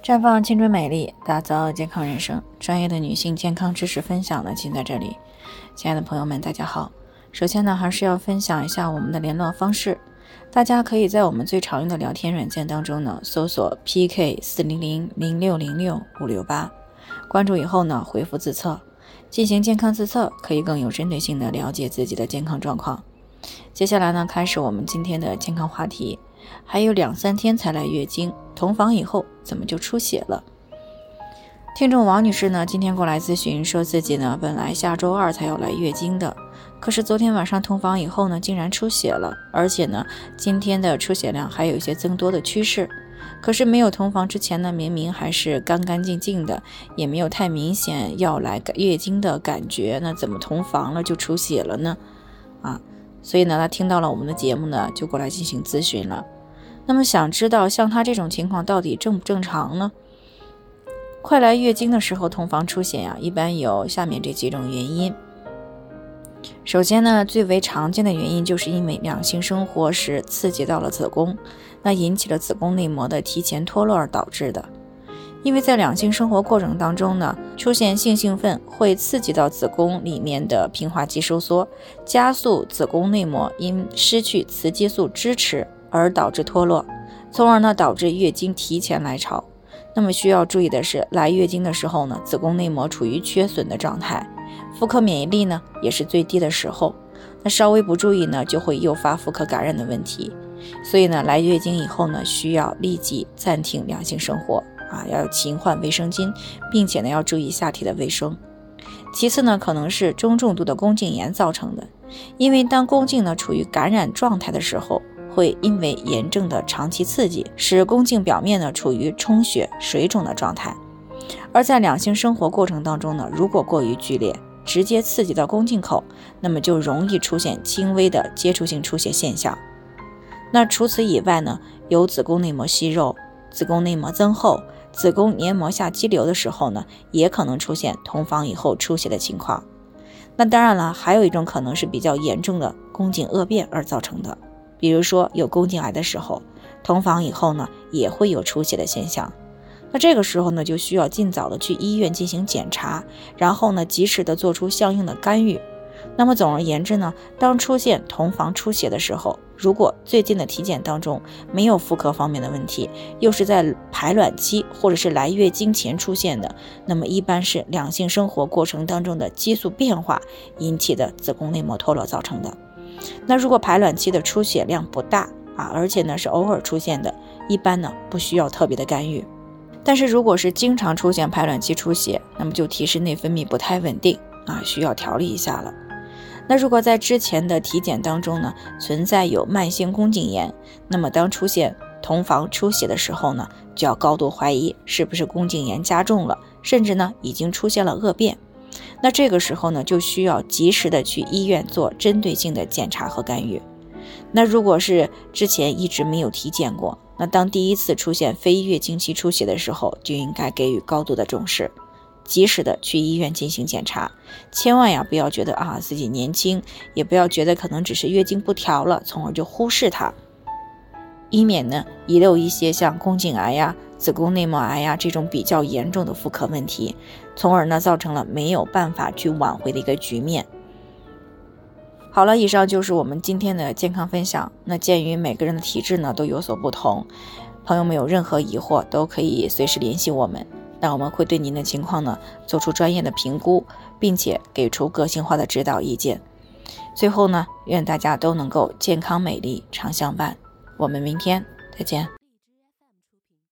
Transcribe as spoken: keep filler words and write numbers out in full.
绽放青春美丽，打造健康人生，专业的女性健康知识分享呢，尽在这里。亲爱的朋友们，大家好。首先呢，还是要分享一下我们的联络方式。大家可以在我们最常用的聊天软件当中呢，搜索 P K 四零零 零六零六 五六八，关注以后呢，回复自测，进行健康自测，可以更有针对性的了解自己的健康状况。接下来呢，开始我们今天的健康话题。还有两三天才来月经，同房以后怎么就出血了？听众王女士呢，今天过来咨询，说自己呢本来下周二才要来月经的，可是昨天晚上同房以后呢，竟然出血了，而且呢，今天的出血量还有一些增多的趋势。可是没有同房之前呢，明明还是干干净净的，也没有太明显要来月经的感觉，那怎么同房了就出血了呢？啊，所以呢，他听到了我们的节目呢，就过来进行咨询了。那么想知道像他这种情况到底正不正常呢？快来月经的时候同房出血呀、啊，一般有下面这几种原因。首先呢，最为常见的原因就是因为两性生活时刺激到了子宫，那引起了子宫内膜的提前脱落而导致的。因为在两性生活过程当中呢，出现性兴奋会刺激到子宫里面的平滑肌收缩，加速子宫内膜因失去雌激素支持而导致脱落，从而呢导致月经提前来潮。那么需要注意的是，来月经的时候呢，子宫内膜处于缺损的状态，妇科免疫力呢也是最低的时候，那稍微不注意呢，就会诱发妇科感染的问题。所以呢，来月经以后呢，需要立即暂停两性生活啊，要勤换卫生巾，并且呢要注意下体的卫生。其次呢，可能是中重度的宫颈炎造成的，因为当宫颈呢处于感染状态的时候，会因为炎症的长期刺激，使宫颈表面呢处于充血水肿的状态。而在两性生活过程当中呢，如果过于剧烈，直接刺激到宫颈口，那么就容易出现轻微的接触性出血现象。那除此以外呢，有子宫内膜息肉、子宫内膜增厚、子宫黏膜下肌瘤的时候呢，也可能出现同房以后出血的情况。那当然了，还有一种可能是比较严重的宫颈恶变而造成的，比如说有宫颈癌的时候，同房以后呢，也会有出血的现象。那这个时候呢，就需要尽早的去医院进行检查，然后呢，及时的做出相应的干预。那么总而言之呢，当出现同房出血的时候，如果最近的体检当中没有妇科方面的问题，又是在排卵期或者是来月经前出现的，那么一般是两性生活过程当中的激素变化引起的子宫内膜脱落造成的。那如果排卵期的出血量不大啊，而且呢是偶尔出现的，一般呢不需要特别的干预。但是如果是经常出现排卵期出血，那么就提示内分泌不太稳定啊，需要调理一下了。那如果在之前的体检当中呢，存在有慢性宫颈炎，那么当出现同房出血的时候呢，就要高度怀疑是不是宫颈炎加重了，甚至呢已经出现了恶变。那这个时候呢，就需要及时的去医院做针对性的检查和干预。那如果是之前一直没有体检过，那当第一次出现非月经期出血的时候，就应该给予高度的重视，及时的去医院进行检查。千万呀不要觉得啊自己年轻，也不要觉得可能只是月经不调了，从而就忽视它，以免呢遗漏一些像宫颈癌呀、子宫内膜癌呀这种比较严重的妇科问题，从而呢造成了没有办法去挽回的一个局面。好了，以上就是我们今天的健康分享。那鉴于每个人的体质呢都有所不同，朋友们有任何疑惑都可以随时联系我们，那我们会对您的情况呢做出专业的评估，并且给出个性化的指导意见。最后呢，愿大家都能够健康美丽常相伴。我们明天再见。